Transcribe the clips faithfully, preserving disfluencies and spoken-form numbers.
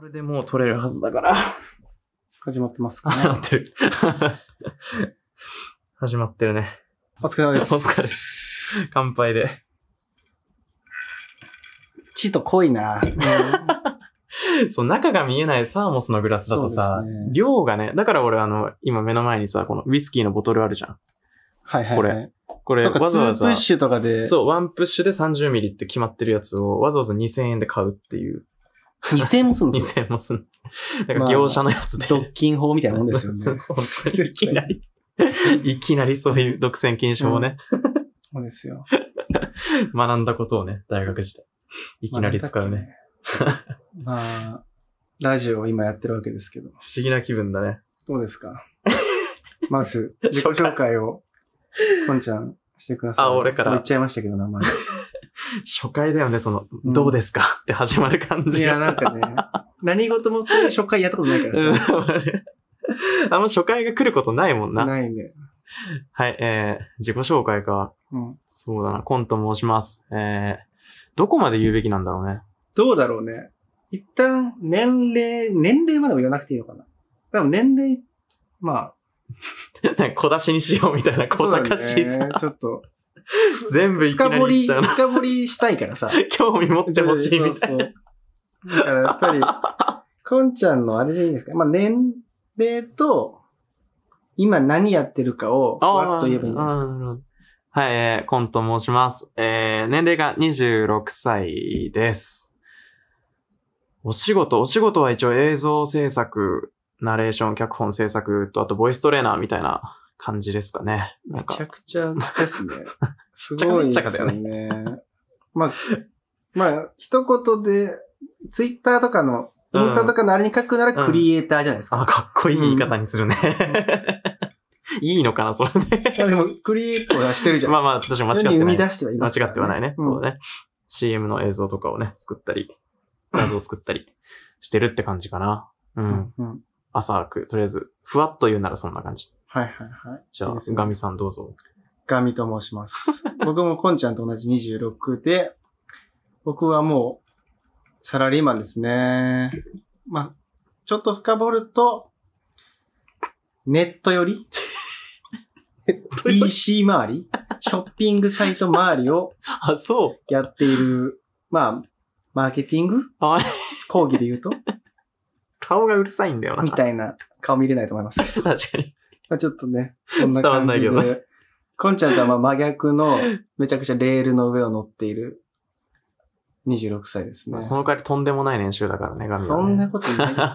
これでもう撮れるはずだから。 始まってますかね。 始まってる。始まってるね。 お疲れ様です。 お疲れです。乾杯で。 ちょっと濃いな。 うん、そう、中が見えないサーモスのグラスだとさ、ね、量がね、だから俺あの、今目の前にさ、このウイスキーのボトルあるじゃん。 はいはい、はい。 これ。これ、わざわざ。 ツープッシュとかで。 そう、ワンプッシュでさんじゅうミリって決まってるやつを、わざわざにせんえんで買うっていう。 にせんえんもすんの？ にせんえんもすんの。なんか業者のやつで。 まあ、独禁法みたいなもんですよね。 そうそう、本当にいきなり。いきなりそういう独占禁止法ね。 うん、そうですよ。 学んだことをね、大学時代。いきなり使うね。 まあ、ラジオを今やってるわけですけど。 不思議な気分だね。 どうですか？まず、自己紹介を、こんちゃんしてください。 あ、俺から。 言っちゃいましたけど、名前。 初回だよね、その、うん、どうですかって始まる感じがさ。 いや、なんかね、何事もそういう初回やったことないからさ。 あんま初回が来ることないもんな。 ないね。 はい、えー、自己紹介か。 うん。 そうだな、コンと申します。えー、どこまで言うべきなんだろうね。 どうだろうね。一旦、年齢、年齢までも言わなくていいのかな。多分年齢、まあ。 小出しにしようみたいな小賢しいさ。 ね、ちょっと。 全部いきなり言っちゃうな。 深掘りしたいからさ。 興味持ってほしいみたいな。そうそう。 だからやっぱり、こんちゃんのあれでいいですか。まあ、年齢と、今何やってるかを、わっと言えばいいんですか。 はい、えー、コンと申します。えー、年齢がにじゅうろくさいです。お仕事、お仕事は一応映像制作、ナレーション、脚本制作と、あとボイストレーナーみたいな感じですかね。 なんかめちゃくちゃですね。すごいですよね。まあ、まあ、一言で、ツイッターとかの、インスタとかのあれに書くならクリエイターじゃないですか。 うんうん、あ、かっこいい言い方にするね。うん、いいのかな、それで。 いや、でも、クリエイトはしてるじゃん。 まあまあ、私も間違ってない。 生み出してはいます、 ね。間違ってはないね。うん、そうだね。シーエム の映像とかをね、作ったり、画像を作ったりしてるって感じかな。うん。うん、浅く、とりあえず、ふわっと言うならそんな感じ。 はいはいはい。 じゃあ、ガミさんどうぞ。 ガミと申します。僕もコンちゃんと同じにじゅうろくで、僕はもう、サラリーマンですね。まあ、ちょっと深掘ると、ネットより、イーシー 周り、ショッピングサイト周りを、 あ、そう。 やっている、まあ、マーケティング講義で言うと顔がうるさいんだよな。 みたいな、顔見れないと思いますけど。 確かに。 まあちょっとね、そんな感じで。伝わんないけど。こんちゃんとはまあ真逆の、めちゃくちゃレールの上を乗っている、にじゅうろくさいですね。まあ、 その代わりとんでもない年収だからね、ガミはね。 そんなことないです。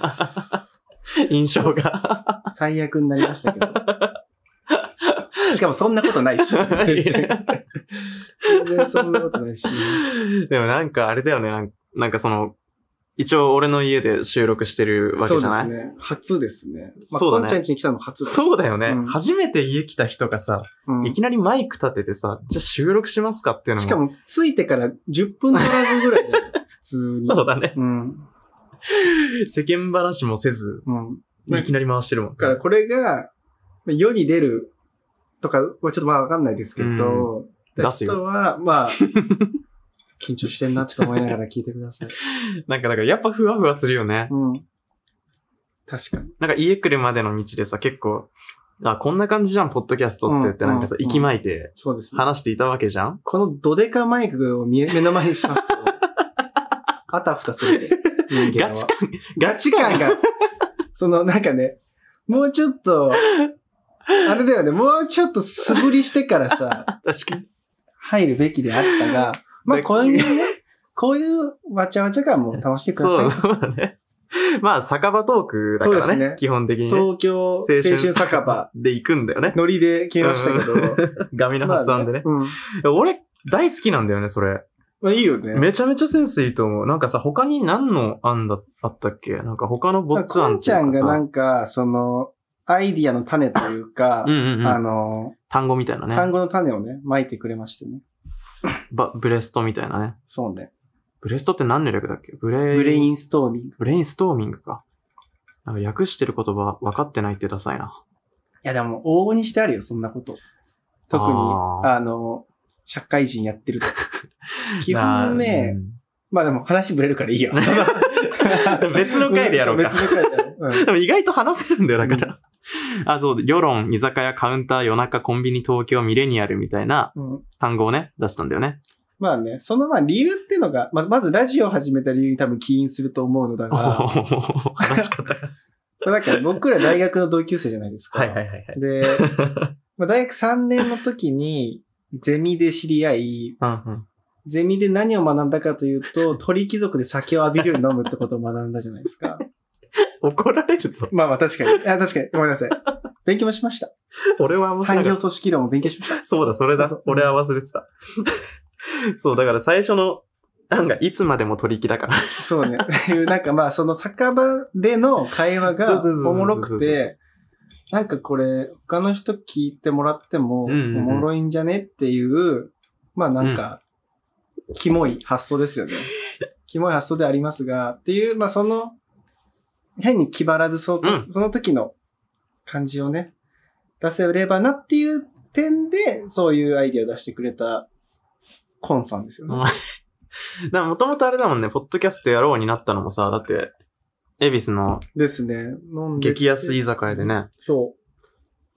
印象が。 最悪になりましたけど。しかもそんなことないし。全然。全然そんなことないし、 ね。でもなんかあれだよね、なんかその、一応俺の家で収録してるわけじゃない？ そうですね。初ですね。まあ、 そうだね。 こんちゃん家に来たの初だし。 そうだよね、うん。初めて家来た人がさ、 うん、 いきなりマイク立ててさ、じゃあ収録しますかっていうのも。 しかも、着いてからじゅっぷん足らずぐらいじゃん。普通に。 そうだね。 うん。 世間話もせず、うん、いきなり回してるもん。 だからこれが、世に出るとかはちょっとまあわかんないですけど、うん、 出すよ。 人は、まあ、緊張してんなって思いながら聞いてください。 なんかだからやっぱふわふわするよね。 うん。確かに。 なんか家来るまでの道でさ、結構、あ、こんな感じじゃん、ポッドキャストってってなんかさ、息巻いて、 そうですね。 話していたわけじゃん、 このドデカマイクを目の前にしますと、あたふたするで。 ガチ感、 ガチ感が、そのなんかね、もうちょっと、あれだよね、もうちょっと素振りしてからさ、 確かに。 入るべきであったが、まあこういうね、こういうわちゃわちゃ感も楽しんでください。 そう、そうだね。まあ、酒場トークだからね。そうですね。基本的にね。 東京青春酒場で行くんだよね。 ノリで決めましたけど。 ガミの発案でね。 まあねうん、 俺、大好きなんだよね、それ。 まあいいよね。 めちゃめちゃセンスいいと思う。なんかさ、他に何の案だあったっけ？なんか他のボツ案っていうかさ。 こんちゃんがなんか、その、アイディアの種というか、 うんうんうん、 あの、 単語みたいなね。 単語の種をね、撒いてくれましてね。 ば、ブレストみたいなね。 そうね。 ブレストって何の略だっけ？ブレイン、 ブレインストーミング。 ブレインストーミングか。なんか訳してる言葉分かってないってダサいな。 いやでも、往々にしてあるよ、そんなこと。特に、あ, あの、社会人やってると。基本ね、まあでも話ブレるからいいよ。 別の回でやろうか。 別の回でやろう。うん、 でも意外と話せるんだよ、だから。うん、あ、そう、世論、居酒屋、カウンター、夜中、コンビニ、東京、ミレニアルみたいな単語をね、出したんだよね。 まあね、そのまあ理由っていうのが、ま, まずラジオを始めた理由に多分起因すると思うのだが。 話し方が。 だから僕ら大学の同級生じゃないですか。 はいはいはい、はい。 で、まあ、大学さんねんの時にゼミで知り合い、 うんうん、 ゼミで何を学んだかというと、鳥貴族で酒を浴びるように飲むってことを学んだじゃないですか。 怒られるぞ。 まあまあ確かに。あ確かに。ごめんなさい。勉強もしました。 俺は産業組織論も勉強しました。 そうだ、それだ。俺は忘れてた。そう、だから最初の、なんかいつまでも取引だから。 そうね。なんかまあその酒場での会話がおもろくて、なんかこれ他の人聞いてもらってもおもろいんじゃねっていう、まあなんか、キモい発想ですよね。キモい発想でありますが、っていう、まあその、変に気張らずその、うん、その時の感じをね、出せればなっていう点で、そういうアイディアを出してくれたコンさんですよね。 だからもともとあれだもんね、ポッドキャストやろうになったのもさ、だって、恵比寿のですね。 飲んで激安居酒屋でね。 そう。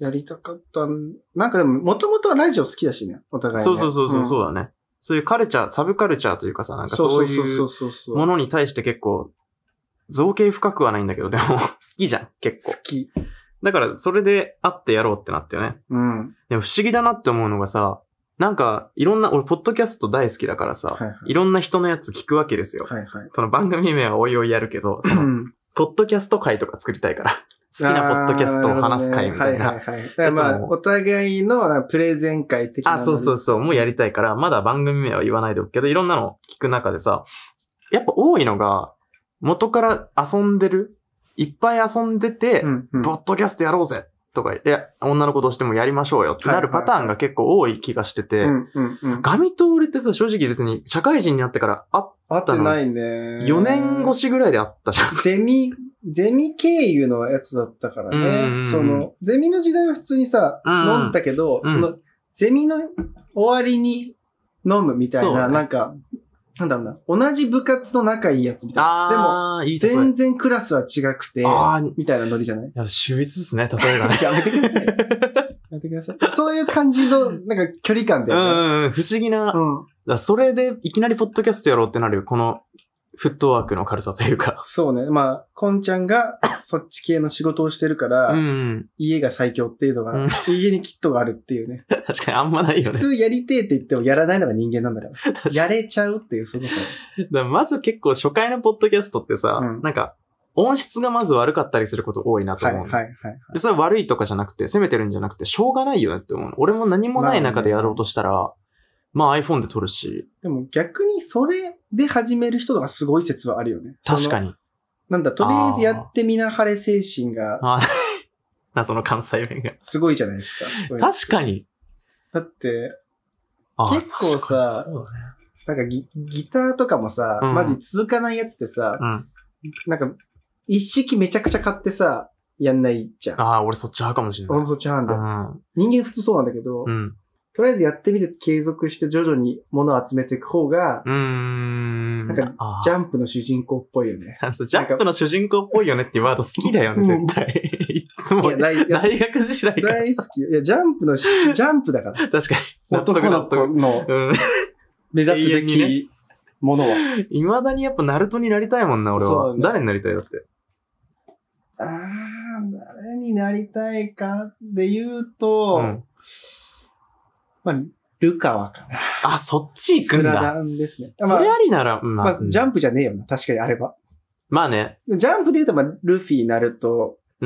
やりたかったん。なんかでも、もともとはラジオ好きだしね、お互いね。 そうそうそうそう、うん、そうだね。そういうカルチャー、サブカルチャーというかさ、なんかそういうものに対して結構、造形深くはないんだけど、でも好きじゃん、結構。 好き。 だから、それで会ってやろうってなったよね。 うん。 でも不思議だなって思うのがさ、なんか、いろんな、俺、ポッドキャスト大好きだからさ、はいはい、いろんな人のやつ聞くわけですよ。 はいはい、 その番組名はおいおいやるけど、その、うん、ポッドキャスト会とか作りたいから。好きなポッドキャストを話す会みたいな。 ね、はいはいはい。だからまあ、お互いのプレゼン会的な。 あ、そうそうそう、もうやりたいから、まだ番組名は言わないでおくけど、いろんなの聞く中でさ、やっぱ多いのが、元から遊んでるいっぱい遊んでて、うんうん、ポッドキャストやろうぜとか、いや、女の子としてもやりましょうよってなるパターンが結構多い気がしてて、ガミと俺ってさ、正直別に社会人になってから会ったの。 会ってないね。 よねん越しぐらいで会ったじゃん。 ゼミ、ゼミ経由のやつだったからね。その、ゼミの時代は普通にさ、飲んだけど、うん、そのゼミの終わりに飲むみたいな、ね、なんか、なんだろうな、同じ部活の仲いいやつみたいな。でも、いい全然クラスは違くて、みたいなノリじゃない？いや、秀逸ですね、例えばね。 やめてください。やめてください。そういう感じの、なんか距離感だよね。うん、不思議な。うん。だそれで、いきなりポッドキャストやろうってなるよ、この、フットワークの軽さというか。 そうね。まあ、こんちゃんがそっち系の仕事をしてるから、うん、家が最強っていうのが、うん、家にキットがあるっていうね。 確かにあんまないよね。 普通やりてえって言ってもやらないのが人間なんだから。やれちゃうっていう、そのさ。 だまず結構初回のポッドキャストってさ、うん、なんか、音質がまず悪かったりすること多いなと思う。 はいはいはい、はい。 で、それ悪いとかじゃなくて、責めてるんじゃなくて、しょうがないよねって思う。俺も何もない中でやろうとしたら、まあまあ iPhone で撮るし。 でも逆にそれで始める人がすごい説はあるよね。 確かに。 なんだ、とりあえずやってみな晴れ精神が。 ああ、その関西弁が。 すごいじゃないですか。 確かに。 だって、結構さ、ね、なんか ギ, ギターとかもさ、うん、マジ続かないやつってさ、うん、なんか一式めちゃくちゃ買ってさ、やんないじゃん。 ああ、俺そっち派かもしれない。 俺もそっち派なんだよ。うん、人間普通そうなんだけど、うんとりあえずやってみて継続して徐々に物を集めていく方が、 うーん。 なんか、ジャンプの主人公っぽいよね。 ジャンプの主人公っぽいよねっていうワード好きだよね、絶対。いつも。大学時代から大好き。いや、ジャンプの、ジャンプだから。 確かに。 男の子の、目指すべきものは。 未だにやっぱナルトになりたいもんな、俺は。ね、誰になりたいだって。 あー、誰になりたいかで言うと、うんまあ、ルカワかな。 あ、そっち行くんだ。 スラダンですね。 それありなら、 まあ、まあ、ジャンプじゃねえよな。確かにあれば。 まあね。 ジャンプで言うと、まあ、ルフィ、ナルト、 うん。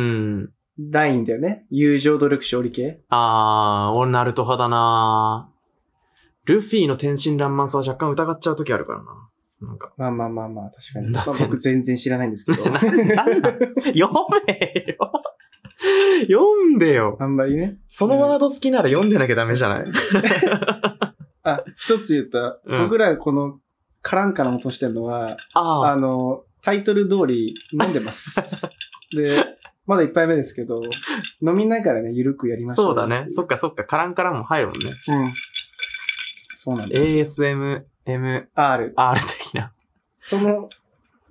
ラインだよね。友情、努力、勝利系。 あー、俺ナルト派だなルフィの天真爛漫さは若干疑っちゃう時あるからな。なんか。 まあまあまあまあ、確かに。まあ、僕全然知らないんですけど。 ななんだ読めよ。読んでよ。 あんまりね。 そのワード好きなら読んでなきゃダメじゃない、うん、 あ、一つ言った。うん、僕らこのカランカラン落としてるのは、あ, あの、タイトル通り飲んでます。で、まだ一杯目ですけど、飲みながらね、ゆるくやりましょう。 そうだね。そっかそっか、カランカランも入るもんね。 うん。そうなんです。 エーエスエムエムアール。 R。 R 的な。 その、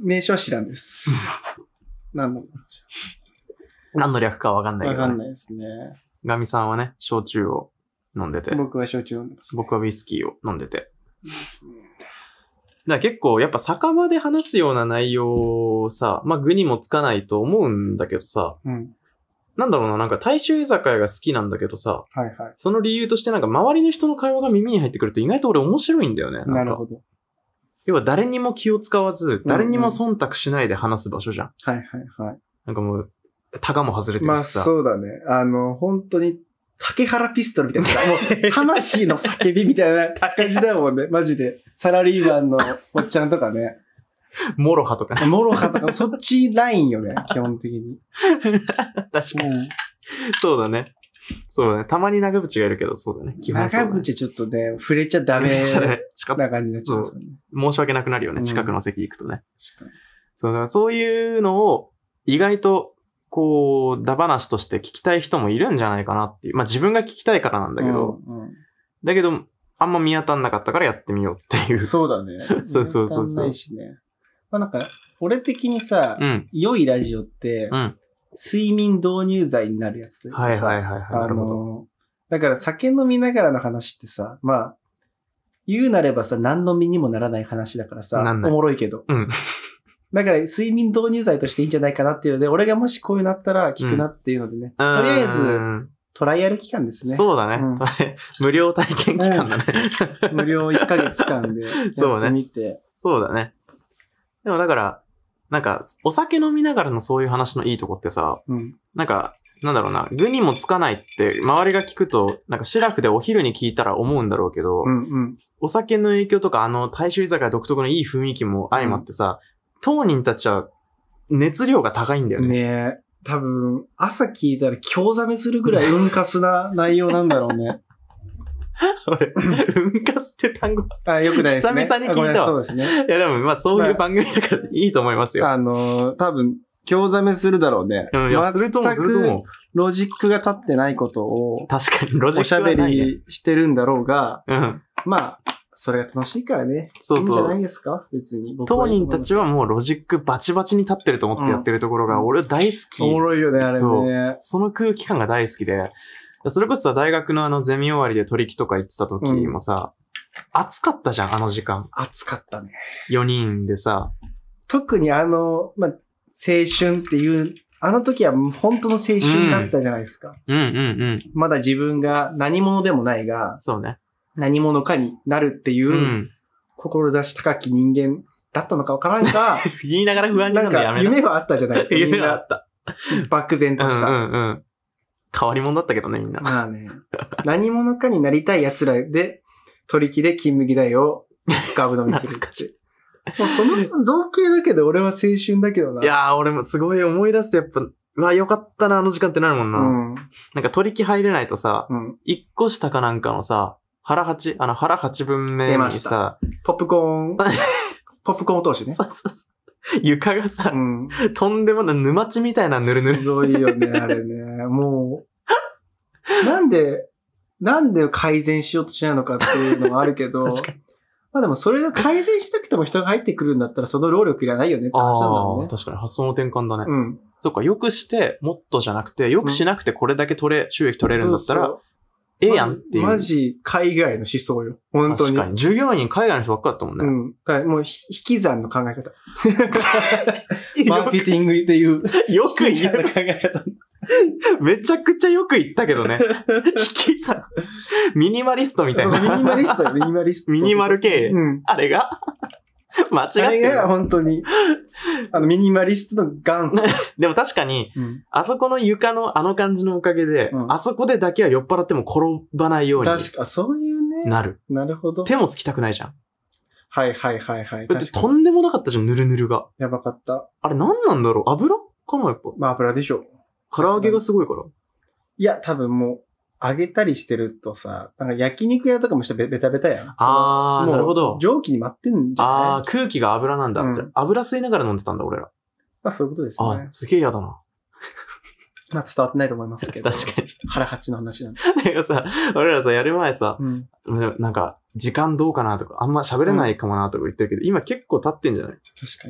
名称は知らんです。何の何の略かわかんないけど、ね。 わかんないですね。 ガミさんはね、焼酎を飲んでて。 僕は焼酎飲んでます、 ね。僕はウイスキーを飲んでて。 いいですね。 だから結構やっぱ酒場で話すような内容をさ、まあ具にもつかないと思うんだけどさ、 うん、 なんだろうな、なんか大衆居酒屋が好きなんだけどさ、 はいはい、 その理由としてなんか周りの人の会話が耳に入ってくると意外と俺面白いんだよね。なんかなるほど。 要は誰にも気を使わず、誰にも忖度しないで話す場所じゃん。 うんうん、はいはいはい。 なんかもう、タガも外れてるしさ。 まあそうだね。あの、本当に、竹原ピストルみたいな。もう、魂の叫びみたいな感じだもんね。マジで。サラリーマンのおっちゃんとかね。 モロハとかね。 モロハとか、そっちラインよね。基本的に。 確かに、うん。そうだね。そうだね。たまに長渕がいるけど、そうだね。基本そうだね。 長渕ちょっとね、触れちゃダメな感じになっちゃうんですよね。 申し訳なくなるよね。近くの席行くとね。 確かに。 そうだ、そういうのを意外と、こう、だ話として聞きたい人もいるんじゃないかなっていう。まあ自分が聞きたいからなんだけど、うんうん、だけど、あんま見当たんなかったからやってみようっていう。 そうだね。 そうそうそうそう。 見当たんないしね。まあなんか、俺的にさ、 うん、 良いラジオって、うん、睡眠導入剤になるやつというかさ、 はいはいはいはい。 あの、だから酒飲みながらの話ってさ、まあ、言うなればさ、何の身にもならない話だからさ、おもろいけど。 うん。 だから睡眠導入剤としていいんじゃないかなっていうので、俺がもしこういうのあったら聞くなっていうのでね。うん、とりあえず、トライアル期間ですね。 そうだね。うん、無料体験期間だね。 うん、無料いっかげつかんでやってみて。 そうだね。でもだから、なんか、お酒飲みながらのそういう話のいいとこってさ、うん、なんか、なんだろうな、具にもつかないって周りが聞くと、なんかシラフでお昼に聞いたら思うんだろうけど、 うんうん、 お酒の影響とかあの大衆居酒屋独特のいい雰囲気も相まってさ、うん当人たちは熱量が高いんだよね。 ねえ。多分、朝聞いたら興ざめするぐらいうんかすな内容なんだろうね。 俺、うんかすって単語。 あ、よくないですね。 久々に聞いたわ。 そうですね。 いやでも、まあそういう番組だからいいと思いますよ。 まあ、あのー、多分、興ざめするだろうね。 うん、いや、すると思う、すると思う。 ロジックが立ってないことを、 確かに、ロジックがない、ね。おしゃべりしてるんだろうが、 うん。 まあ、それが楽しいからね。 そうそう。いいんじゃないですか別に。 当人たちはもうロジックバチバチに立ってると思ってやってるところが、俺大好き、 うん。おもろいよね、あれね。 そう。その空気感が大好きで。それこそさ、大学のあのゼミ終わりで取り木とか行ってた時もさ、うん、暑かったじゃん、あの時間。 暑かったね。 よにんでさ。 特にあの、まあ、青春っていう、あの時は本当の青春だったじゃないですか。 うん、うん、うんうん。 まだ自分が何者でもないが、 そうね。 何者かになるっていう、うん志高き人間だったのかわからんが、 言いながら不安になるのやめな。 なんか夢はあったじゃないですか。 夢はあった。 漠然とした。 うんうんうん。変わり者だったけどね、みんな。 まあね。何者かになりたい奴らで、取り木で金麦代をガブ飲みする。 懐かしい。 もうその造形だけで俺は青春だけどな。 いやー、俺もすごい思い出すとやっぱ、うわ、よかったな、あの時間ってなるもんな。うん、なんか取り木入れないとさ、一、うん、個下かなんかのさ、腹八、あの腹八分目にさ、 ポップコーン、ポップコーン投資ね。 そうそうそう。床がさ、うん、とんでもない沼地みたいなぬるぬる。 すごいよね、あれね。もう、なんで、なんで改善しようとしないのかっていうのはあるけど、 確かに。 まあでもそれが改善したくても人が入ってくるんだったらその労力いらないよねって話なんだろうね。 確かに発想の転換だね。 うん。 そっか、よくして、もっとじゃなくて、よくしなくてこれだけ取れ、収益取れるんだったら、そうそうええやんっていう。 マジ、海外の思想よ。本当に。 確かに。従業員海外の人ばっかだったもんね。 うん。だからもう、引き算の考え方。マーケティングっていう。 よく言う考え方。 めちゃくちゃよく言ったけどね。引き算。ミニマリストみたいな。 ミニマリストよ、ミニマリスト。 ミニマル系。 うん。 あれが間違ってる。 あれが本当に、あの、ミニマリストの元祖。 でも確かに、うん、あそこの床のあの感じのおかげで、うん、あそこでだけは酔っ払っても転ばないように。 確か、そういうね。 なる。 なるほど。 手もつきたくないじゃん。 はいはいはいはい。 だってとんでもなかったじゃん、ぬるぬるが。 やばかった。 あれ何なんだろう油かなやっぱ。 まあ油でしょ。 唐揚げがすごいから。 いや、多分もう、揚げたりしてるとさ、なんか焼肉屋とかもしてベタベタやん。 あー、なるほど。 蒸気に待ってんじゃない？ あー、空気が油なんだ。うん、じゃ油吸いながら飲んでたんだ、俺ら。 まあそういうことですね。 あ、すげえ嫌だな。 まあ伝わってないと思いますけど。 確かに。 腹八の話なんで。 だからさ、俺らさ、やる前さ、うん、なんか、時間どうかなとか、あんま喋れないかもなとか言ってるけど、うん、今結構経ってんじゃない？ 確かに。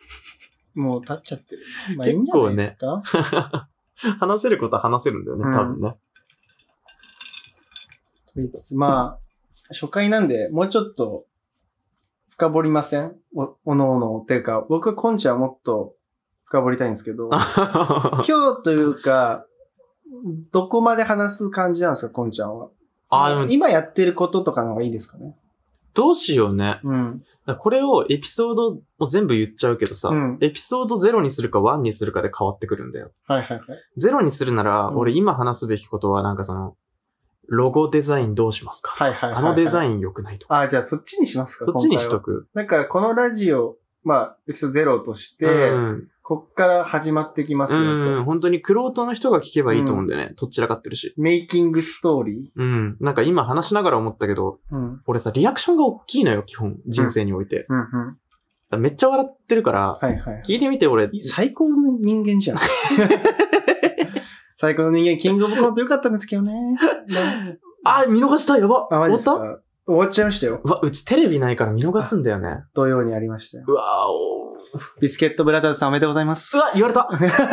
もう経っちゃってる。まあいいんじゃないですか。 話せることは話せるんだよね、多分ね。 と言いつつ、まあ、初回なんで、もうちょっと深掘りません？お、おのおの。ていうか、僕はコンチはもっと深掘りたいんですけど、今日というか、どこまで話す感じなんですか、コンちゃんは。 あ、でも今やってることとかの方がいいですかね。 どうしようね。 うん。 これをエピソードを全部言っちゃうけどさ、うん、エピソードゼロにするかワンにするかで変わってくるんだよ。 はいはいはい。 ゼロにするなら、うん、俺今話すべきことはなんかその、ロゴデザインどうしますか？ はいはいはい、はい。 あのデザイン良くないとか。 あ、じゃあそっちにしますか？ そっちにしとく。 だからこのラジオ、まあ、エピソードゼロとして、うん、こっから始まってきますよと。 うん、本当にクロートの人が聞けばいいと思うんだよね。うん、とっちらかってるし。 メイキングストーリー。うん。なんか今話しながら思ったけど、うん、俺さ、リアクションが大きいのよ、基本。人生において。うんうんうん、めっちゃ笑ってるから、はいはいはい、聞いてみて俺。 最高の人間じゃん。最高の人間、キングオブコントよかったんですけどね。 あ、見逃した、やば。 あ、終わった終わっちゃいましたよ。 うわ、うちテレビないから見逃すんだよね。 同様にありましたよ。 うわお。 ビスケットブラザーズさんおめでとうございます。 うわ、言われた。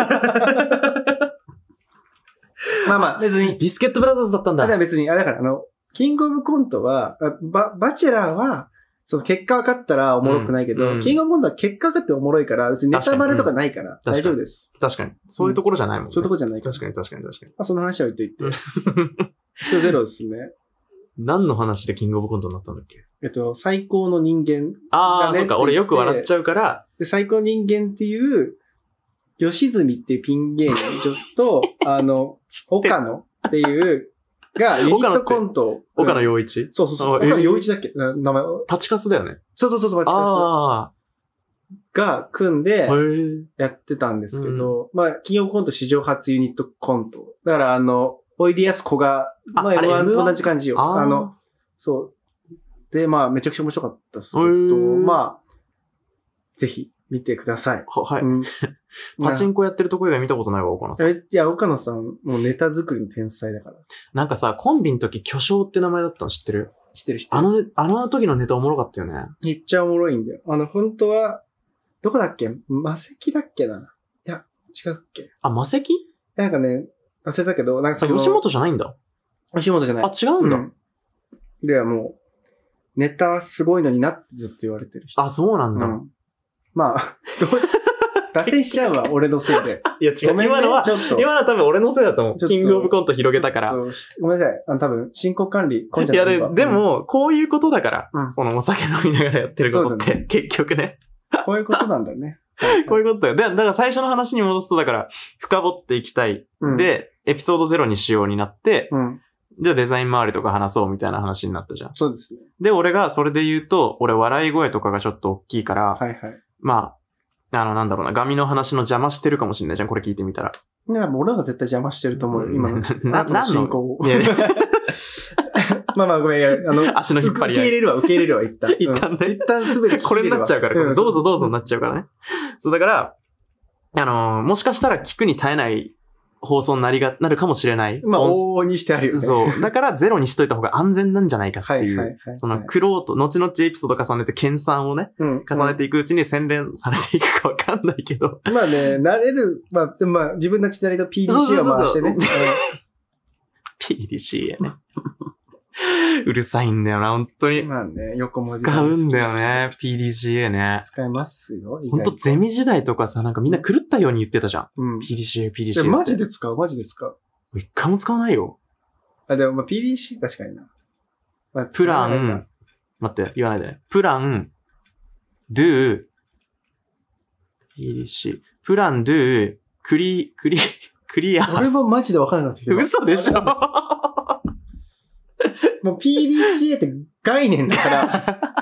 まあまあ、別に。 ビスケットブラザーズだったんだ。 あれは別に、あれだから、あの、キングオブコントは、バ、バチェラーは、その結果分かったらおもろくないけど、うんうん、キングオブコントは結果分かっておもろいから、別にネタバレとかないから、大丈夫です。 確かに。そういうところじゃないもんね。 そういうところじゃないから。 確かに確かに確かに。 まあ、その話は言っといて。一応ゼロですね。 何の話でキングオブコントになったんだっけ？ えっと、最高の人間。 ああ、そうか。俺よく笑っちゃうから。 で、最高の人間っていう、吉住っていうピン芸人と、あの、岡野っていう、が、ユニットコント。 岡野陽一？ そうそうそう。岡野陽一だっけ名前。 パチカスだよね。 そうそうそう、パチカス。あが、組んで、やってたんですけど、まあ、キングオブコント史上初ユニットコント。だから、あの、おいでやすこが、まあ、エムワン と同じ感じよ。あ, あの、そう。で、まあ、めちゃくちゃ面白かったですけど、まあ、ぜひ見てください。 は、はい。うん、パチンコやってるとこ以外見たことないわ、岡野さん。 いや、岡野さん、もうネタ作りの天才だから。 なんかさ、コンビの時巨匠って名前だったの知ってる？ 知ってる知ってる。 あの、あの時のネタおもろかったよね。 めっちゃおもろいんだよ。あの、本当は、どこだっけ？マセキだっけな？いや、違うっけ？ あ、マセキ？ なんかね、忘れたけど、なんかその。 吉本じゃないんだ。 吉本じゃない。 あ、違うんだ。うん、 ではもう、ネタすごいのになってずっと言われてる人。 あ、そうなんだ。うん、 まあ、脱線しちゃうわ、俺のせいで。 いや違う、ね、今のは、今のは多分俺のせいだと思う。キングオブコント広げたから。 ごめんなさい。あの多分、進行管理、 いやで、でも、こういうことだから、うん、そのお酒飲みながらやってることって、ね、結局ね。 こういうことなんだよね。 こういうことだよ。で、だから最初の話に戻すと、だから、深掘っていきたい。うん、で、エピソードゼロにしようになって、うん、じゃあデザイン周りとか話そうみたいな話になったじゃん。 そうですね。 で、俺がそれで言うと、俺笑い声とかがちょっと大きいから、 はいはい。 まあ、あの、なんだろうな、ガミの話の邪魔してるかもしれないじゃん、これ聞いてみたら。 いや、もう俺らが絶対邪魔してると思うよ、今の。な、何の進行を。まあまあごめん、あの、 足の引っ張り合い。 受け入れるわ、受け入れるわ、一旦。 一旦ね。 一旦すべてこれになっちゃうから、これどうぞどうぞになっちゃうからね。そう、だから、あのー、もしかしたら聞くに耐えない放送になりが、なるかもしれない。 まあ、往々にしてあるよね。 そう。だからゼロにしといた方が安全なんじゃないかっていう。はいはいはいはい、その、苦労と、後々エピソード重ねて、研鑽をね、うん、重ねていくうちに洗練されていくかわかんないけど。 まあね、慣れる、まあ、でもまあ、自分たちなりの ピーディーシー を回してね。 ピーディーシー やね。うるさいんだよな、本当に。 まあね、横文字。 使うんだよね、ピーディーシーエー ね。 使えますよ。 ほんとゼミ時代とかさ、なんかみんな狂ったように言ってたじゃん。うん。ピーディーシーエー、ピーディーシーエー。 マジで使う、マジで使う。 一回も使わないよ。 あ、でもまあ ピーディーシー 確かにな。 まあ、プラン、待って、言わないでね。プラン、do、ピーディーシー、プラン、do、クリ、クリ、クリア。 俺もマジでわかんなかったけど。 嘘でしょもう ピーディーシーエー って概念だから、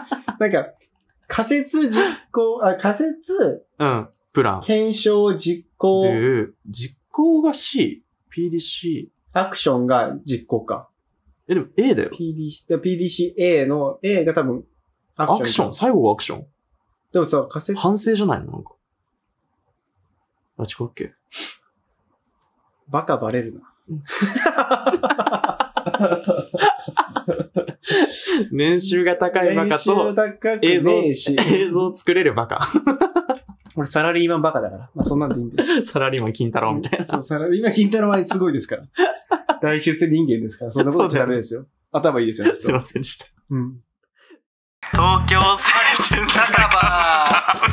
なんか、仮説実行、あ、仮説、 うん、プラン。 検証実行。 実行が C、ピーディーシー。アクションが実行か。 え、でも A だよ。 ピーディーシー、ピーディーシーエー の A が多分アクション。アクション最後がアクションでもさ、仮説。 反省じゃないのなんか。あ、違うっけバカバレるな。 年収が高いバカと映像、映像作れるバカ。 俺サラリーマンバカだから。まあそんなんでいいんで。 サラリーマン金太郎みたいな。 そう、サラリーマン金太郎はすごいですから。大出世人間ですから。そんなこと言っちゃダメですよ。頭いいですよ。 すいませんでした。 うん。 東京青春酒場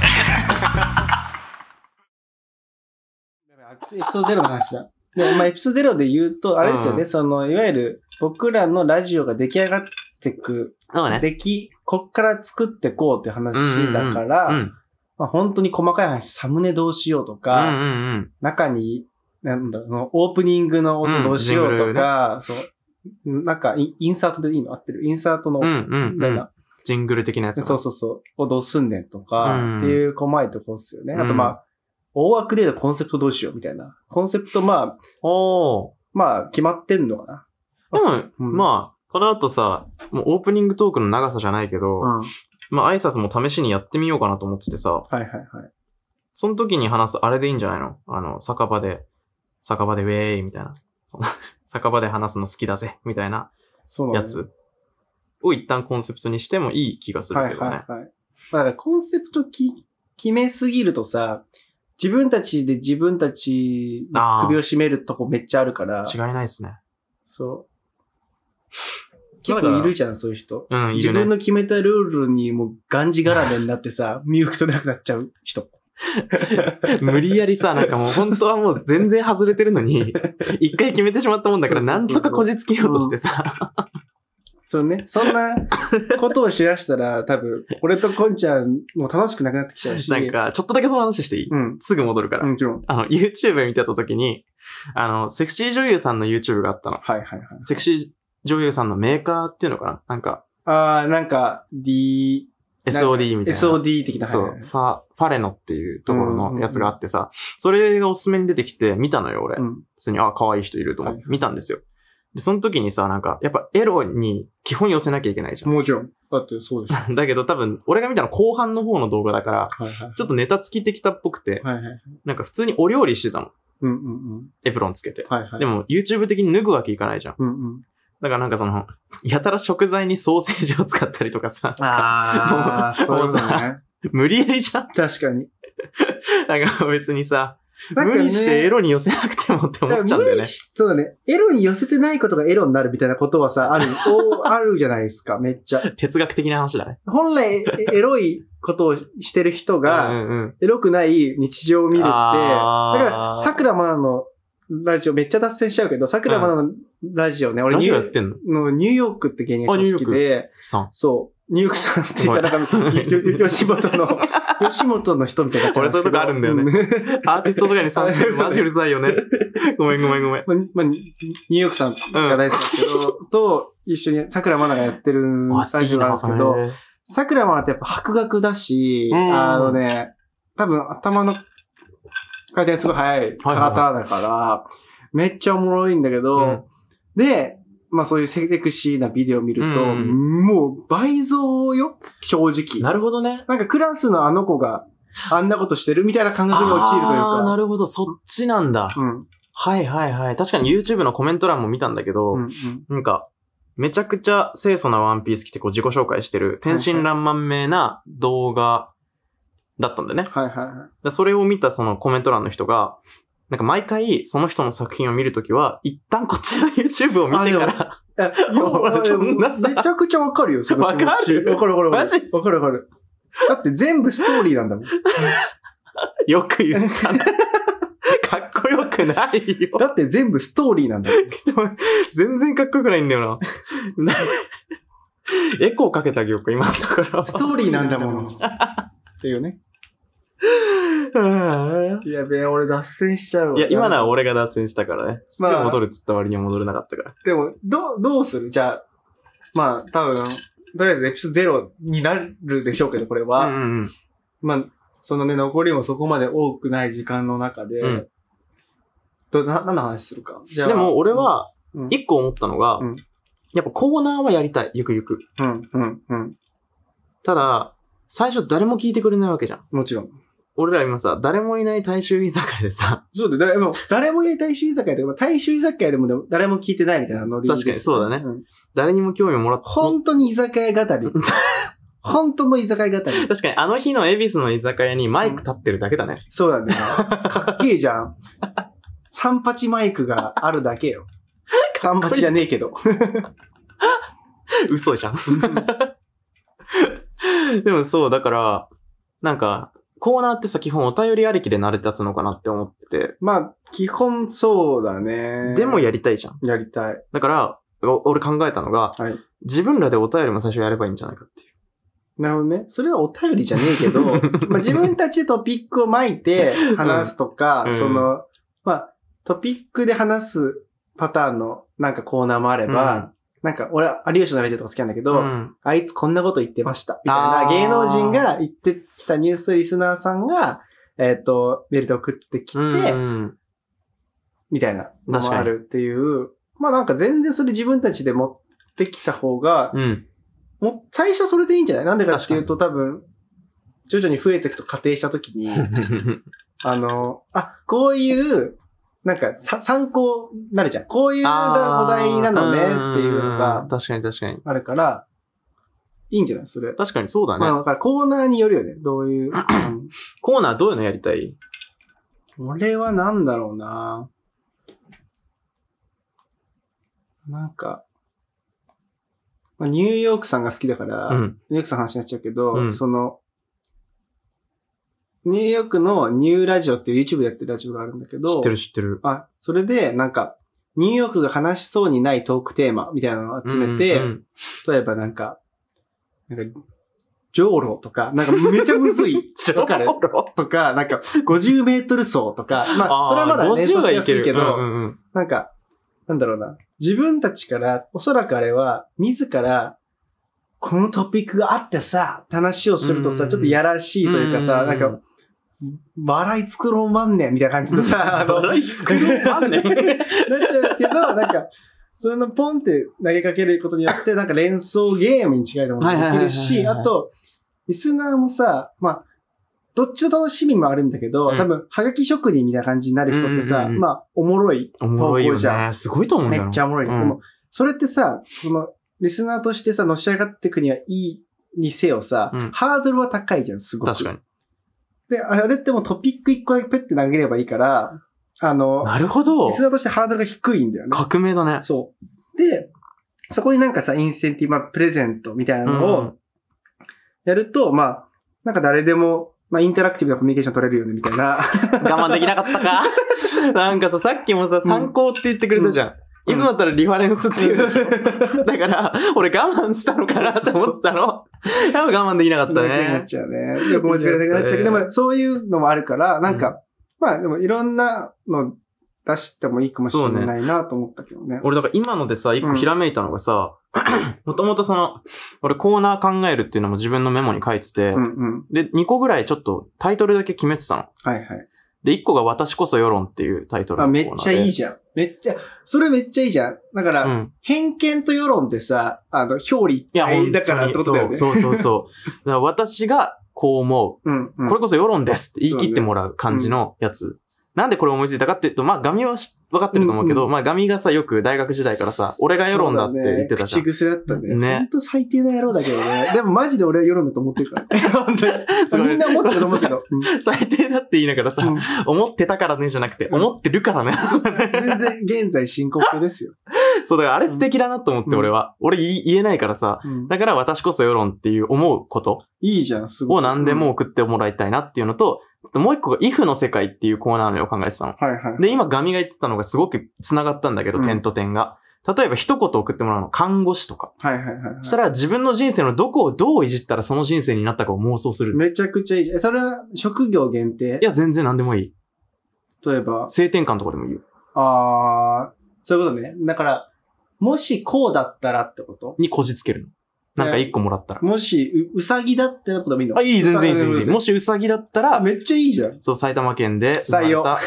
エピソードゼロの話だ。で、まあエピソードゼロで言うと、あれですよね、うん、その、いわゆる僕らのラジオが出来上がってく。 そうね。 出来、こっから作ってこうって話だから、うんうんうん、まあ、本当に細かい話、サムネどうしようとか、 うんうんうん、 中に、なんだろう、オープニングの音どうしようとか、うんね、そう、なんかイ、インサートでいいの合ってるインサートの、 うんうんうん、ジングル的なやつ。 そうそうそう、をどうすんねんとか、うん、っていう細かいとこですよね。あとまあ、大枠でコンセプトどうしようみたいな。コンセプトまあ、 おまあ、決まってんのかな。でも、うん、まあ、この後さ、もうオープニングトークの長さじゃないけど、うん、まあ挨拶も試しにやってみようかなと思っててさ。 はいはいはい。 その時に話すあれでいいんじゃないの？あの、酒場で、酒場でウェーイみたいな。酒場で話すの好きだぜみたいなやつを一旦コンセプトにしてもいい気がするけどね。はいはいはい。 だからコンセプトき決めすぎるとさ、自分たちで自分たちの首を絞めるとこめっちゃあるから。 違いないですね。 そう。結構いるじゃん、そういう人。 うん、いるね。 自分の決めたルールにもうがんじがらめになってさ、身動き取れなくなっちゃう人。 無理やりさ、なんかもう本当はもう全然外れてるのに、一回決めてしまったもんだからなんとかこじつけようとしてさ。 そうね。そんなことをしだしたら多分、俺とコンちゃんも楽しくなくなってきちゃうし。 なんか、ちょっとだけその話していい？うん。すぐ戻るから。 もちろん。 あの、YouTube 見てた時に、あの、セクシー女優さんの YouTube があったの。 はいはいはい。 セクシー女優さんのメーカーっていうのかななんか。 ああ、なんか、D、 エスオーディー みたいな。 エスオーディー 的な。 そう、はいはい、ファ、ファレノっていうところのやつがあってさ、うんうんうん、それがおすすめに出てきて見たのよ、俺。うん、普通に、あ、可愛い人いると思って、はい、見たんですよ。で、その時にさ、なんか、やっぱエロに基本寄せなきゃいけないじゃん。 もちろん。だってそうです。 だけど多分、俺が見たの後半の方の動画だから、はいはいはい、ちょっとネタつき的たっぽくて、はいはいはい、なんか普通にお料理してたの。 うんうんうん、 エプロンつけて、 はいはい。 でも YouTube 的に脱ぐわけいかないじゃん。 うんうんだからなんかその、やたら食材にソーセージを使ったりとかさ。 ああ、そういうのね。 無理やりじゃん。 確かに。 なんか別にさ、ね、無理してエロに寄せなくてもって思っちゃうんだよね。 そうだね。エロに寄せてないことがエロになるみたいなことはさ、ある、あるじゃないですか、めっちゃ。 哲学的な話だね。 本来、エロいことをしてる人が、うんうん、エロくない日常を見るって、だから、桜まなのラジオめっちゃ脱線しちゃうけど、桜まなのラジオね、 俺ニューヨークのニューヨークって芸人が好きで、そう、ニューヨークさんって言ったらなんか、吉本の、吉本の人みたいな。 俺そういうとこあるんだよね。アーティストとかにさんつけるマジうるさいよね。ごめんごめんごめん。 ままニューヨークさんが大好きですけど、うん、と一緒に桜まながやってるラジオなんですけど、桜まなってやっぱ博学だし、あのね、多分頭の回転すごい速い方だから、はいはいはい、めっちゃおもろいんだけど、うん、で、まあそういうセクシーなビデオを見ると、うん、もう倍増よ、正直。 なるほどね。 なんかクラスのあの子があんなことしてるみたいな感覚に陥るというか。 ああ、なるほど、そっちなんだ。うん。はいはいはい。確かに YouTube のコメント欄も見たんだけど、うんうん、なんか、めちゃくちゃ清楚なワンピース着てこう自己紹介してる天真爛漫名な動画だったんだよね。 はいはいはい。 それを見たそのコメント欄の人が、なんか毎回その人の作品を見るときは、一旦こっちの YouTube を見てから、 そんなさめちゃくちゃわかるよ、そのわかるわかるわかる。 マジわかるわかる。だって全部ストーリーなんだもん。 よく言ったな。かっこよくないよ。 だって全部ストーリーなんだもん。 全然かっこよくないんだよな。エコーかけてあげようか、今のところ。 ストーリーなんだもの。っていうね。やべえ、俺脱線しちゃうわ。 いや、今のは俺が脱線したからね。すぐ戻るっつった割には戻れなかったから。 でも、どう、どうするじゃあ、まあ、多分、とりあえずエピソードゼロになるでしょうけど、これは。 うんうん、 まあ、そのね、残りもそこまで多くない時間の中で、うん、ど、な、何の話するか。 じゃあ。でも、俺は、一個思ったのが、うん、やっぱコーナーはやりたい、ゆくゆく。 うん、うん、うん。 ただ、最初誰も聞いてくれないわけじゃん。 もちろん。 俺ら今さ、誰もいない大衆居酒屋でさ。 そうだよ。でも誰もいない大衆居酒屋でも、大衆居酒屋でも誰も聞いてないみたいなノリで。 確かにそうだね。うん、誰にも興味をもらって。 本当に居酒屋語り。 本当の居酒屋型に。 確かにあの日の恵比寿の居酒屋にマイク立ってるだけだね。 そうだね。かっけえじゃん。三八マイクがあるだけよ。三八じゃねえけど。 嘘じゃん。でもそう、だから、なんか、コーナーってさ、基本お便りありきで成り立つのかなって思ってて。 まあ、基本そうだね。 でもやりたいじゃん。 やりたい。 だから、お俺考えたのが、 はい、 自分らでお便りも最初やればいいんじゃないかっていう。 なるほどね。それはお便りじゃねえけど、まあ自分たちでトピックを巻いて話すとか、うん、その、まあ、トピックで話すパターンのなんかコーナーもあれば、うん、なんか俺、有吉のラジオとか好きなんだけど、うん、あいつこんなこと言ってました。みたいな芸能人が言ってきたニュースリスナーさんが、えっと、メールで送ってきて、うん、みたいなのもあるっていう、まあなんか全然それ自分たちで持ってきた方が、うん、もう最初それでいいんじゃない？なんでかっていうと多分、徐々に増えていくと仮定したときに、あの、あ、こういう、なんかさ参考になるじゃん。こういうお題なのねっていうのが、 確かに確かに。 あるから、いいんじゃないそれ。 確かにそうだね。 まあだからコーナーによるよね。どういう。 コーナーどういうのやりたい？ 俺はなんだろうな。なんか、まあ、ニューヨークさんが好きだから、うん、ニューヨークさんの話になっちゃうけど、うん、その、ニューヨークのニューラジオっていう YouTube でやってるラジオがあるんだけど、 知ってる知ってる。 あ、それでなんか、ニューヨークが話しそうにないトークテーマみたいなのを集めて、うんうん、例えばなんか、なんか、ジョーロとか、なんかめちゃむずい。わかるとか、なんかごじゅうメートル走とか、まあ、それはまだ連想しやすいけど、うんうんうん、なんか、なんだろうな。自分たちから、おそらくあれは、自ら、このトピックがあってさ、話をするとさ、ちょっとやらしいというかさ、なんか、笑い作ろうまんねんみたいな感じでさ、あの、 笑い作ろうまんねんなっちゃうけど、なんか、そのポンって投げかけることによって、なんか連想ゲームに近いものができるし、あと、リスナーもさ、まあ、どっちの楽しみもあるんだけど、うん、多分、はがき職人みたいな感じになる人ってさ、うんうんうん、まあ、おもろい投稿じゃん。おもろいよね。 すごいと思うんだよ。 めっちゃおもろい、ねうん。でも、それってさ、その、リスナーとしてさ、のし上がっていくにはいいにせよさ、うん、ハードルは高いじゃん、すごく。 確かに。 で、あれってもうトピック一個だけペッて投げればいいから、あの、 なるほど。 リスナーとしてハードルが低いんだよね。 革命だね。 そう。で、そこになんかさ、インセンティブ、まあ、プレゼントみたいなのを、やると、うん、まあ、なんか誰でも、まあ、インタラクティブなコミュニケーション取れるよね、みたいな。 我慢できなかったかなんかさ、さっきもさ、参考って言ってくれたじゃん。うん、いつもだったらリファレンスって言うでしょ。だから、俺我慢したのかなって思ってたの。やっぱ我慢できなかったね。 なっちゃうね。よく持ち帰りたくなっちゃうけど、でもそういうのもあるから、なんか、うん、まあでもいろんなの出してもいいかもしれないなと思ったけどね。ね俺だから今のでさ、一個ひらめいたのがさ、もともとその、俺コーナー考えるっていうのも自分のメモに書いてて、うんうん、で、にこぐらいちょっとタイトルだけ決めてたの。 はいはい。 で、いっこが私こそ世論っていうタイトルのあ、めっちゃいいじゃん。めっちゃ、それめっちゃいいじゃん。だから、うん、偏見と世論ってさ、あの、表裏一体だからってことだよね。 そうそうそうそう。だから私がこう思う、うんうん。これこそ世論ですって言い切ってもらう感じのやつ。なんでこれ思いついたかっていうと、まあ、ガミは分かってると思うけど、うんうん、まあ、ガミがさ、よく大学時代からさ、俺が世論だって言ってたじゃん。 ね、口癖だったね。ね。ほんと最低な野郎だけどね。でもマジで俺は世論だと思ってるから。本当に。みんな思ってると思うけど。 最低だって言いながらさ、うん、思ってたからねじゃなくて、うん、思ってるからね。 全然現在進行形ですよ。 そう、だからあれ素敵だなと思って、俺は。うん、俺言えないからさ、うん、だから私こそ世論っていう思うこと。 いいじゃん、すごい。 を何でも送ってもらいたいなっていうのと、もう一個が イフ の世界っていうコーナーのを考えてたの。 はいはい。 で、今ガミが言ってたのがすごく繋がったんだけど、うん、点と点が。例えば一言送ってもらうの、看護師とか。 はいはいはい、はい。 そしたら自分の人生のどこをどういじったらその人生になったかを妄想する。 めちゃくちゃいいじゃん。それは職業限定？ いや、全然何でもいい。 例えば。 性転換とかでもいいよ。 あー、そういうことね。だから、もしこうだったらってことにこじつけるの。なんか一個もらったら。 もし、う、うさぎだったらとでもいいの？ あ、いい、全然いい、全然いい。もしうさぎだったら、 めっちゃいいじゃん。 そう、埼玉県で。 採用。あ、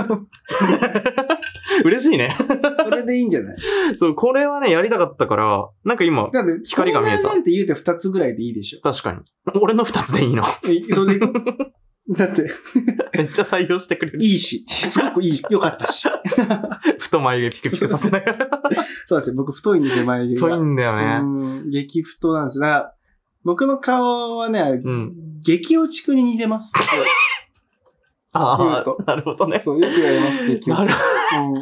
嬉しいね。 それでいいんじゃない？ そう、これはね、やりたかったから、なんか今、光が見えた。 なんて言うて二つぐらいでいいでしょ。 確かに。俺の二つでいいの。 それでだって。 めっちゃ採用してくれるし。 いいし。すごくいい。よかったし。 太眉毛ピクピクさせながら。 そうですね。僕太いんですよ、眉毛が。 太いんだよね。 うん。激太なんですが、 僕の顔はね、 うん。 激落ちくんに似てます。 ああ、なるほどね。 そう、よく言われます、激落ち。 なるうん、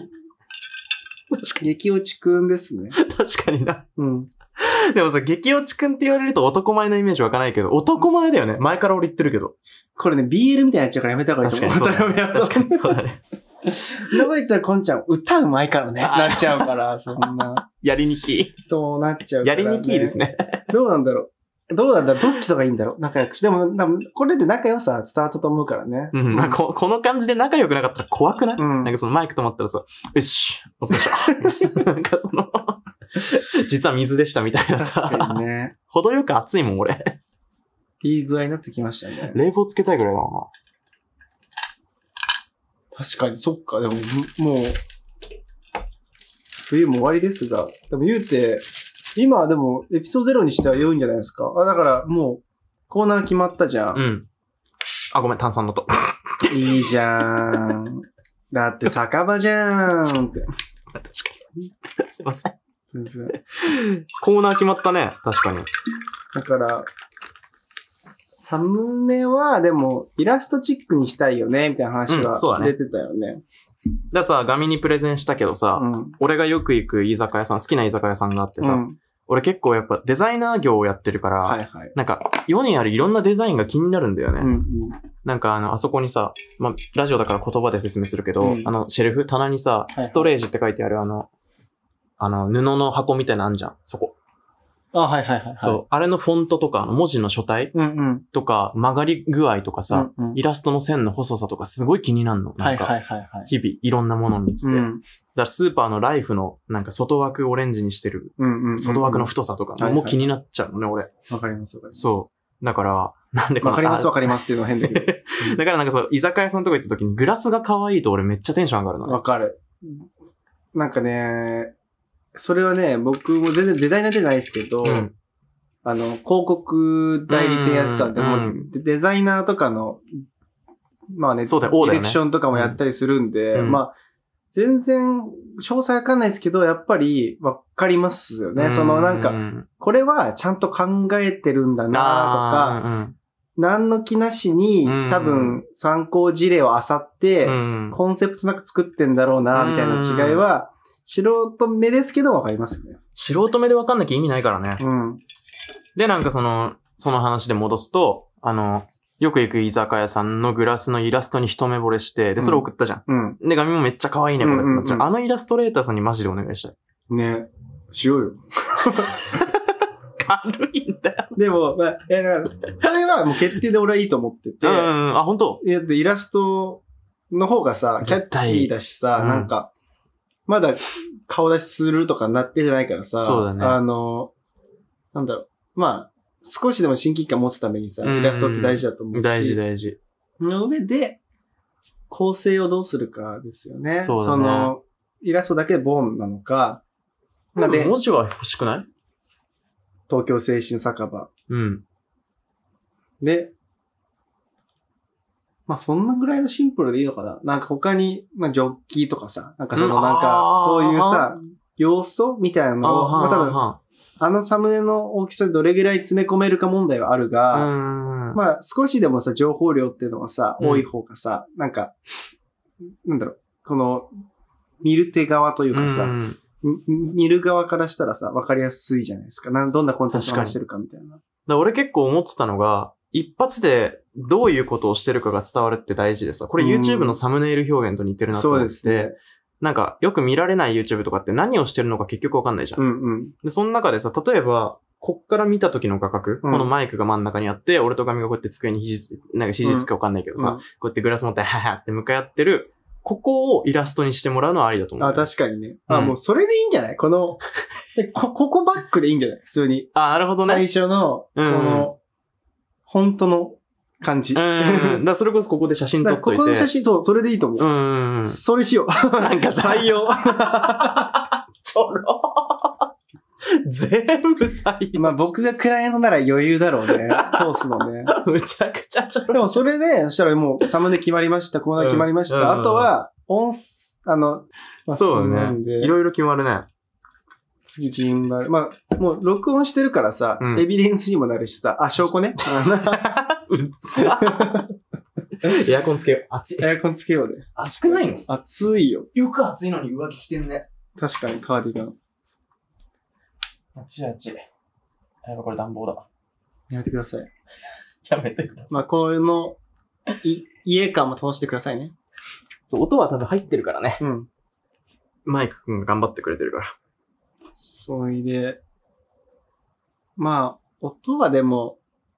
確かに。 激落ちくんですね。 確かにな。 うん。 でもさ、激落ちくんって言われると男前のイメージ湧かないけど、男前だよね。前から俺言ってるけど。 これね、ビーエル みたいになっちゃうからやめた方がいいと思う。 確かにそうだね。確かにそうだね。 名前言ったらこんちゃん歌うまいからね。なっちゃうから、そんな。 やりにき。 そうなっちゃうから、ね。 やりにきですね。 どうなんだろう。どうなんだろう。どっちとかいいんだろう。仲良くし。でも、これで仲良さ伝わったと思うからね。 うん。まあ、こ、この感じで仲良くなかったら怖くない？うん。なんかそのマイク止まったらさ、よし、お疲れ様。なんかその、実は水でしたみたいなさ。 確かにね。 程よく熱いもん、俺。 いい具合になってきましたね。 冷房つけたいぐらいだもんな。 確かに、そっか。でも、もう、冬も終わりですが、でも言うて、今はでも、エピソードゼロにしては良いんじゃないですか。あ、だから、もう、コーナー決まったじゃん。 うん。あ、ごめん、炭酸の音。 いいじゃん。だって、酒場じゃんって。確かに。すいません。コーナー決まったね。確かに。 だから、サムネは、でも、イラストチックにしたいよね、みたいな話は出てたよね。うん、ね。だからさ、ガミにプレゼンしたけどさ、うん、俺がよく行く居酒屋さん、好きな居酒屋さんがあってさ、うん、俺結構やっぱデザイナー業をやってるから、はいはい、なんか世にあるいろんなデザインが気になるんだよね。うんうん、なんかあの、あそこにさ、まあ、ラジオだから言葉で説明するけど、うん、あの、シェルフ、棚にさ、はいはい、ストレージって書いてあるあの、あの、布の箱みたいなのあんじゃん、そこ。 あ、はいはいはい、はい。 そう。あれのフォントとか、文字の書体、うんうん、とか、曲がり具合とかさ、うんうん、イラストの線の細さとかすごい気になるの。なんか、はいはいはいはい、日々いろんなものを見つて、うん。だからスーパーのライフのなんか外枠オレンジにしてる、うんうんうんうん、外枠の太さとかもう気になっちゃうのね、俺。 わかりますわかります。 そう。だから、なんでこのわかりますわかりますっていうのは変だけど。 うん、だからなんかそう、居酒屋さんとか行った時にグラスが可愛いと俺めっちゃテンション上がるのね。 わかる。なんかね、それはね、僕も全然デザイナーじゃないですけど、うん、あの、広告代理店やってたんで、もうデザイナーとかの、まあね、 そうだよ、 ディレクションとかもやったりするんで、うん、まあ、全然、詳細わかんないですけど、やっぱりわかりますよね。そのなんか、これはちゃんと考えてるんだなとか、うん、何の気なしに多分参考事例を漁って、コンセプトなく作ってんだろうな、みたいな違いは、素人目ですけどわかりますね。 素人目でわかんなきゃ意味ないからね。うん。で、なんかその、その話で戻すと、あの、よく行く居酒屋さんのグラスのイラストに一目惚れして、で、それ送ったじゃん。うん。で、ガミもめっちゃ可愛いね、これってなっちゃう。うんうんうん、あのイラストレーターさんにマジでお願いしたい。 ね。しようよ。 軽いんだよ。 でも、まあ、いや、だから、これはもう決定で俺はいいと思ってて。 うんうんうん。あ、本当？ いや、イラストの方がさ、キャッチーだしさ、うん、なんか、まだ顔出しするとかなってないからさ、 そうだね。 あの、なんだろう。まあ、少しでも親近感持つためにさ、イラストって大事だと思うし。 大事大事。 の上で、構成をどうするかですよね。そうだね。その、イラストだけボンなのか。 まあ、文字は欲しくない？ 東京青春酒場。 うん。 で、まあそんなぐらいのシンプルでいいのかな。なんか他に、まあジョッキーとかさ、なんかそのなんか、そういうさ、要素みたいなのを、まあ多分、あのサムネの大きさでどれぐらい詰め込めるか問題はあるが、まあ少しでもさ、情報量っていうのはさ、多い方がさ、なんか、なんだろう、この、見る手側というかさ、見る側からしたらさ、わかりやすいじゃないですか。なんどんなコンテンツを話してるかみたいな。 だ俺結構思ってたのが、一発でどういうことをしてるかが伝わるって大事でさ、これ YouTube のサムネイル表現と似てるなと思ってて、そうですね、なんかよく見られない YouTube とかって何をしてるのか結局わかんないじゃん。うんうん、で、その中でさ、例えば、こっから見た時の画角、うん、このマイクが真ん中にあって、俺とガミがこうやって机に肘つ、なんか肘つくかわかんないけどさ、うん、こうやってグラス持って、ははって向かい合ってる、ここをイラストにしてもらうのはありだと思う。 あ、確かにね。あ、うん、もうそれでいいんじゃないこの、こ、ここバックでいいんじゃない普通に。 あ、なるほどね。 最初の、この、うん、本当の感じ。 うん。だからそれこそここで写真撮っといて。 ここの写真、そう、それでいいと思う。うん。それしよう。 なんか採用。ちょろ全部採用。 まあ僕がクライアントなら余裕だろうね。通すのね。 むちゃくちゃちょろ。 でもそれで、そしたらもうサムネ決まりました、コーナー決まりました。うん、あとは、音、あの、 まあ、そうだね。いろいろ決まるね。 次ジンバル。まあ、もう録音してるからさ、 うんエビデンスにもなるしさ、あ、証拠ね。 うっざ。エアコンつけよう。暑い。 エアコンつけようね。 暑くないの？ 暑いよ。 よく暑いのに上着着てんね。 確かにカーディガン。 暑い暑い。やば、これ暖房だ。 やめてください。 やめてください。 まあ、こういうの、い、家感も楽しんでくださいね。 そう、音は多分入ってるからね。 うん。 マイクくんが頑張ってくれてるから。 それで、まあ、音はでも、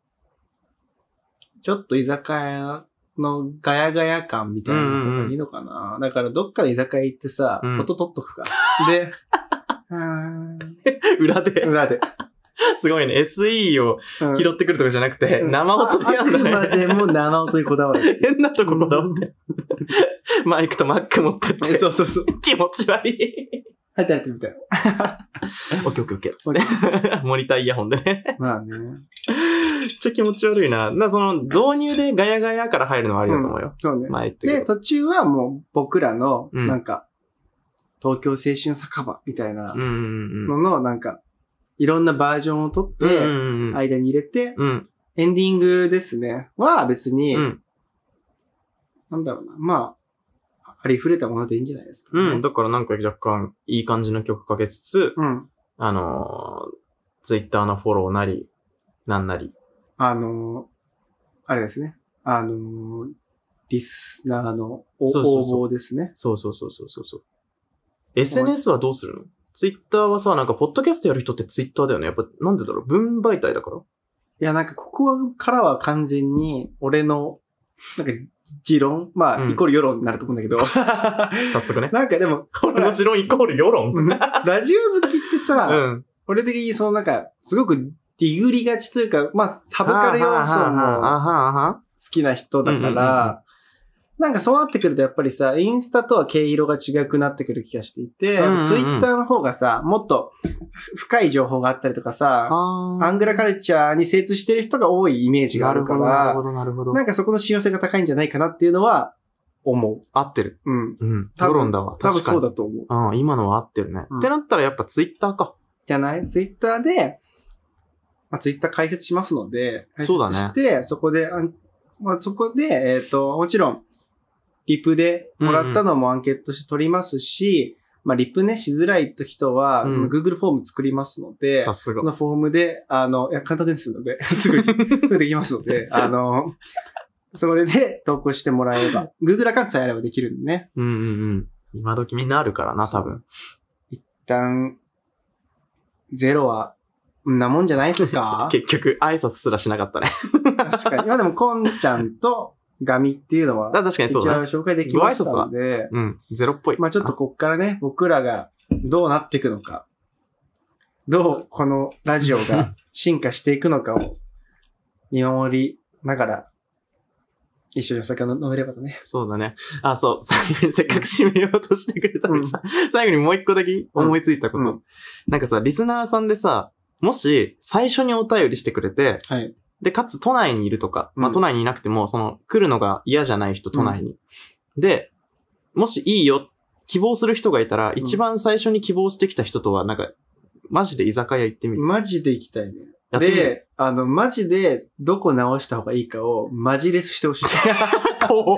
ちょっと居酒屋のガヤガヤ感みたいなのがいいのかな。だからどっかで居酒屋行ってさ、 うん音取っとくか。で、あー裏で。 裏で。 すごいね。エスイー をうん拾ってくるとかじゃなくて、 うん生音でやんだね。 ああくまでも生音にこだわる。 変なとここだわって。マイクとマック持ってって。 そうそうそう。 気持ち悪い。 入って入ってみたいな。 オッケーオッケーオッケーっつって。モニターイヤホンでね。 まあね。 めっちゃ気持ち悪いな。な、その、導入でガヤガヤから入るのはありだと思うよ。 そうね。 前言ってくで、 る。 途中はもう僕らの、 うんなんか、東京青春酒場みたいなうんうんうん。 のの、なんか、いろんなバージョンを取っうんうて、 んうん。 間に入れて、 うん。 エンディングですね。は別に、 うん。 なんだろうな。まあ、ありふれたものでいいんじゃないですか、ね。 うん。だからなんか若干いい感じの曲かけつつ、 うん。 あのー、ツイッターのフォローなり、なんなり。 あのー、あれですね。あのー、リスナーのおそうそうそう応募ですね。 そうそうそうそうそう。エスエヌエス はどうするの？ツイッターはさ、なんかポッドキャストやる人ってツイッターだよね。やっぱなんでだろう？文媒体だから？ いや、なんかここからは完全に俺の、なんか持論まあ、 うんイコール世論になると思うんだけど。 早速ね。 なんかでも、 俺の持論イコール世論。うん。 ラジオ好きってさ、俺的にそのなんか、すごくディグりがちというか、まあ、サブカル要素あはもあは好きな人だかうんうんうんうんら、なんかそうなってくるとやっぱりさ、インスタとは毛色が違くなってくる気がしていて、 うんうんうんツイッターの方がさ、もっと深い情報があったりとかさ、 あアングラカルチャーに精通してる人が多いイメージがあるかなるほど、なるら、 ほど、なるほど。 なんかそこの信用性が高いんじゃないかなっていうのは思合ってる。 う。うん。 うん。 多分世論だわ。 多分確かに。 そうだと思う。 うん、今のは合ってるね。 うんってなったらやっぱツイッターか。 じゃないツイッターで、まあ、ツイッター解説しますので、 そうだね解説して、そこで、あんまあ、そこで、えっ、と、もちろん、リプでもらったのもアンケートとして取りますし、まあ、リプね、しづらい人は、 うん Google フォーム作りますので、 さすがそ。のフォームで、あの、いや、簡単ですので、すぐに、すぐできますので、あの、それで投稿してもらえれば、Google アカウントさえあればできるんでね。 うんうんうん。今時みんなあるからな、多分。 一旦、ゼロは、んなもんじゃないですか結局、挨拶すらしなかったね。 確かに。まあでも、コンちゃんとガミっていうのは、 あ確かに一応そうだね。 紹介できましたので、 うん。ゼロっぽい。 まあちょっとこっからね、僕らがどうなっていくのか、どうこのラジオが進化していくのかを見守りながら、一緒にお酒を飲めればとね。 そうだね。あ、そう。最後にせっかく締めようとしてくれたのにさ、最後にもう一個だけ思いついたこと。 うんうんなんかさ、リスナーさんでさ、もし最初にお便りしてくれて、 はい。 で、かつ都内にいるとか、まあ、 うん都内にいなくても、その、来るのが嫌じゃない人、都内に。で、もしいいよ、希望する人がいたら、一番最初に希望してきた人とは、なんか、マジで居酒屋行ってみる。 マジで行きたいね。 やってみる。 で、あの、マジでどこ直した方がいいかをマジレスしてほしい。 怖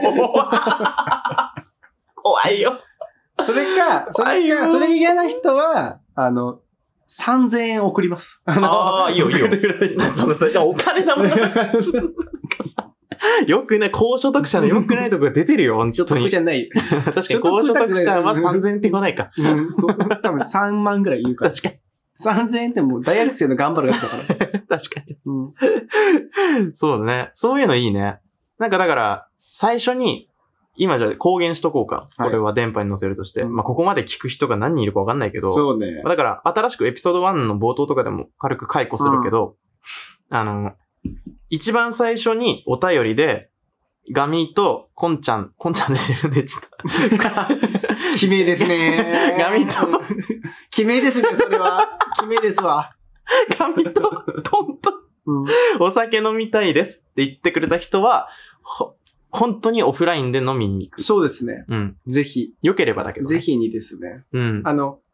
怖いよ。 それか、それか、それが嫌な人は、あの、さんぜんえん送ります。 ああ、いいよいいよ送ってくれない。 そのさ、いやお金なものだし。なんかさよくね、高所得者の良くないとこが出てるよ、本当に。 じゃない。 確かに高所得者はさんぜんえんって言わないか。 うん、そう多分さんまんぐらい言うから。 確かに。 さんぜんえんってもう大学生の頑張るやつだから。 確かに。 うん。 そうだね。そういうのいいね。なんかだから、最初に、今じゃあ公言しとこうか。 はいこれは電波に載せるとして。 うんまあ、ここまで聞く人が何人いるかわかんないけど。 そうね。 だから、新しくエピソードワンの冒頭とかでも軽く解雇するけど、あの、一番最初にお便りで、ガミとコンちゃん、コンちゃんで自分で言っちゃった。 決めですね。 ガミと、 決めですね、それは。決めですわ。 ガミとコンとうん。 お酒飲みたいですって言ってくれた人は、ほ本当にオフラインで飲みに行く。 そうですね。 うん。 ぜひ。 良ければだけど、ね。 ぜ。ひにですね。 うん。 あの、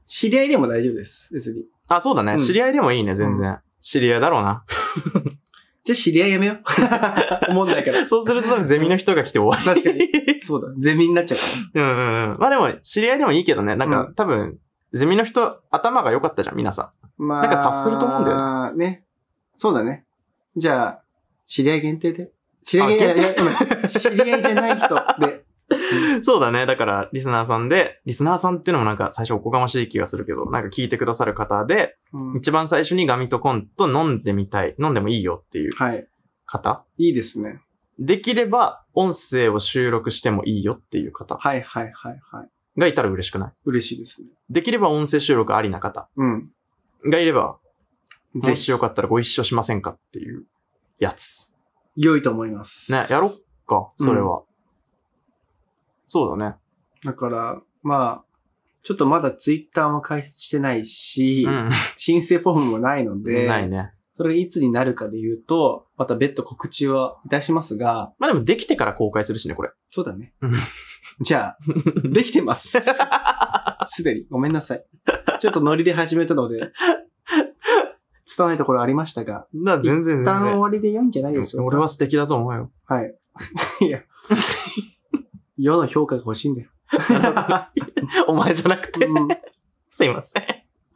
知り合いでも大丈夫です。別に。 あ、そうだね。 うん知り合いでもいいね、全然。知り合いだろうな。 じゃあ知り合いやめよう。思んないから。 そうすると多分ゼミの人が来て終わり。 確かに。そうだ。ゼミになっちゃうかうんうんうん。まあでも、知り合いでもいいけどね。なんか、 うん多分、ゼミの人、頭が良かったじゃん、皆さら。まあ。 なんか察すると思うんだよね。ね。そうだね。じゃあ、知り合い限定で。知り合い限定で。知り合いじゃない人で。 ん。そうだね。だから、リスナーさんで、リスナーさんっていうのもなんか最初おこがましい気がするけど、なんか聞いてくださる方で、 うん、 一番最初にガミとコンと飲んでみたい、飲んでもいいよっていうはい。 方。 いいですね。 できれば、音声を収録してもいいよっていう方はいはいはいはい。 がいたら嬉しくない？ 嬉しいですね。 できれば音声収録ありな方うん。 がいれば、 ぜひもしよかったらご一緒しませんかっていうやつ。 良いと思います。 ね、やろっか、それは。そうだね。 だから、まあ、ちょっとまだツイッターも開設してないし、 うん。 申請フォームもないので、 ないね。 それがいつになるかで言うと、また別途告知はいたしますが、 まあでもできてから公開するしね、これ。 そうだねうん。 じゃあ、できてます。すでに。ごめんなさい。ちょっとノリで始めたので、拙いところありましたが、 な全然全一旦終然。 わりで良いんじゃないですか。 俺は素敵だと思うよ。 はい。いや、世の評価が欲しいんだよ。 お前じゃなくて。 うんすいません。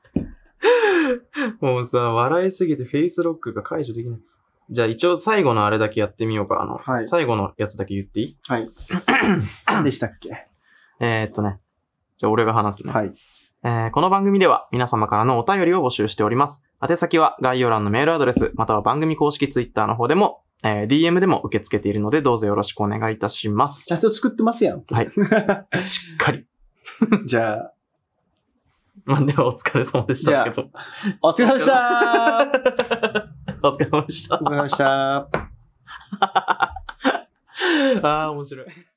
もうさ、笑いすぎてフェイスロックが解除できない。じゃあ一応最後のあれだけやってみようか。あの、 はい最後のやつだけ言っていい？ はい。何でしたっけ？ えー、っとね。じゃあ俺が話すね。 はい。 えーこの番組では皆様からのお便りを募集しております。宛先は概要欄のメールアドレス、または番組公式ツイッターの方でも、えー ディーエム でも受け付けているので、どうぞよろしくお願いいたします。 ちゃんと作ってますやん。 はい。しっかり。 じゃあ、 まあ、ではお疲れ様でしたけど。 お疲れ様でしたお疲れ様でしたお。疲れ様でした。 ああ、面白い。